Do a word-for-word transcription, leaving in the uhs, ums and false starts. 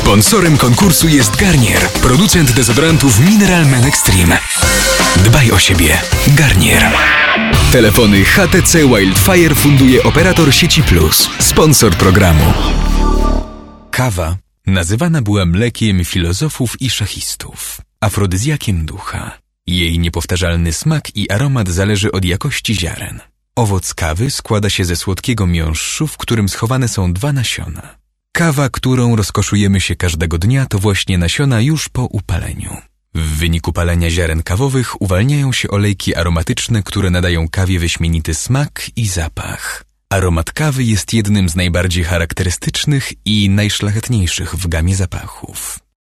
Sponsorem konkursu jest Garnier, producent dezodorantów Mineral Men Extreme. Dbaj o siebie. Garnier. Telefony H T C Wildfire funduje operator sieci Plus, sponsor programu. Kawa nazywana była mlekiem filozofów i szachistów, afrodyzjakiem ducha. Jej niepowtarzalny smak i aromat zależy od jakości ziaren. Owoc kawy składa się ze słodkiego miąższu, w którym schowane są dwa nasiona. Kawa, którą rozkoszujemy się każdego dnia, to właśnie nasiona już po upaleniu. W wyniku palenia ziaren kawowych uwalniają się olejki aromatyczne, które nadają kawie wyśmienity smak i zapach. Aromat kawy jest jednym z najbardziej charakterystycznych i najszlachetniejszych w gamie zapachów.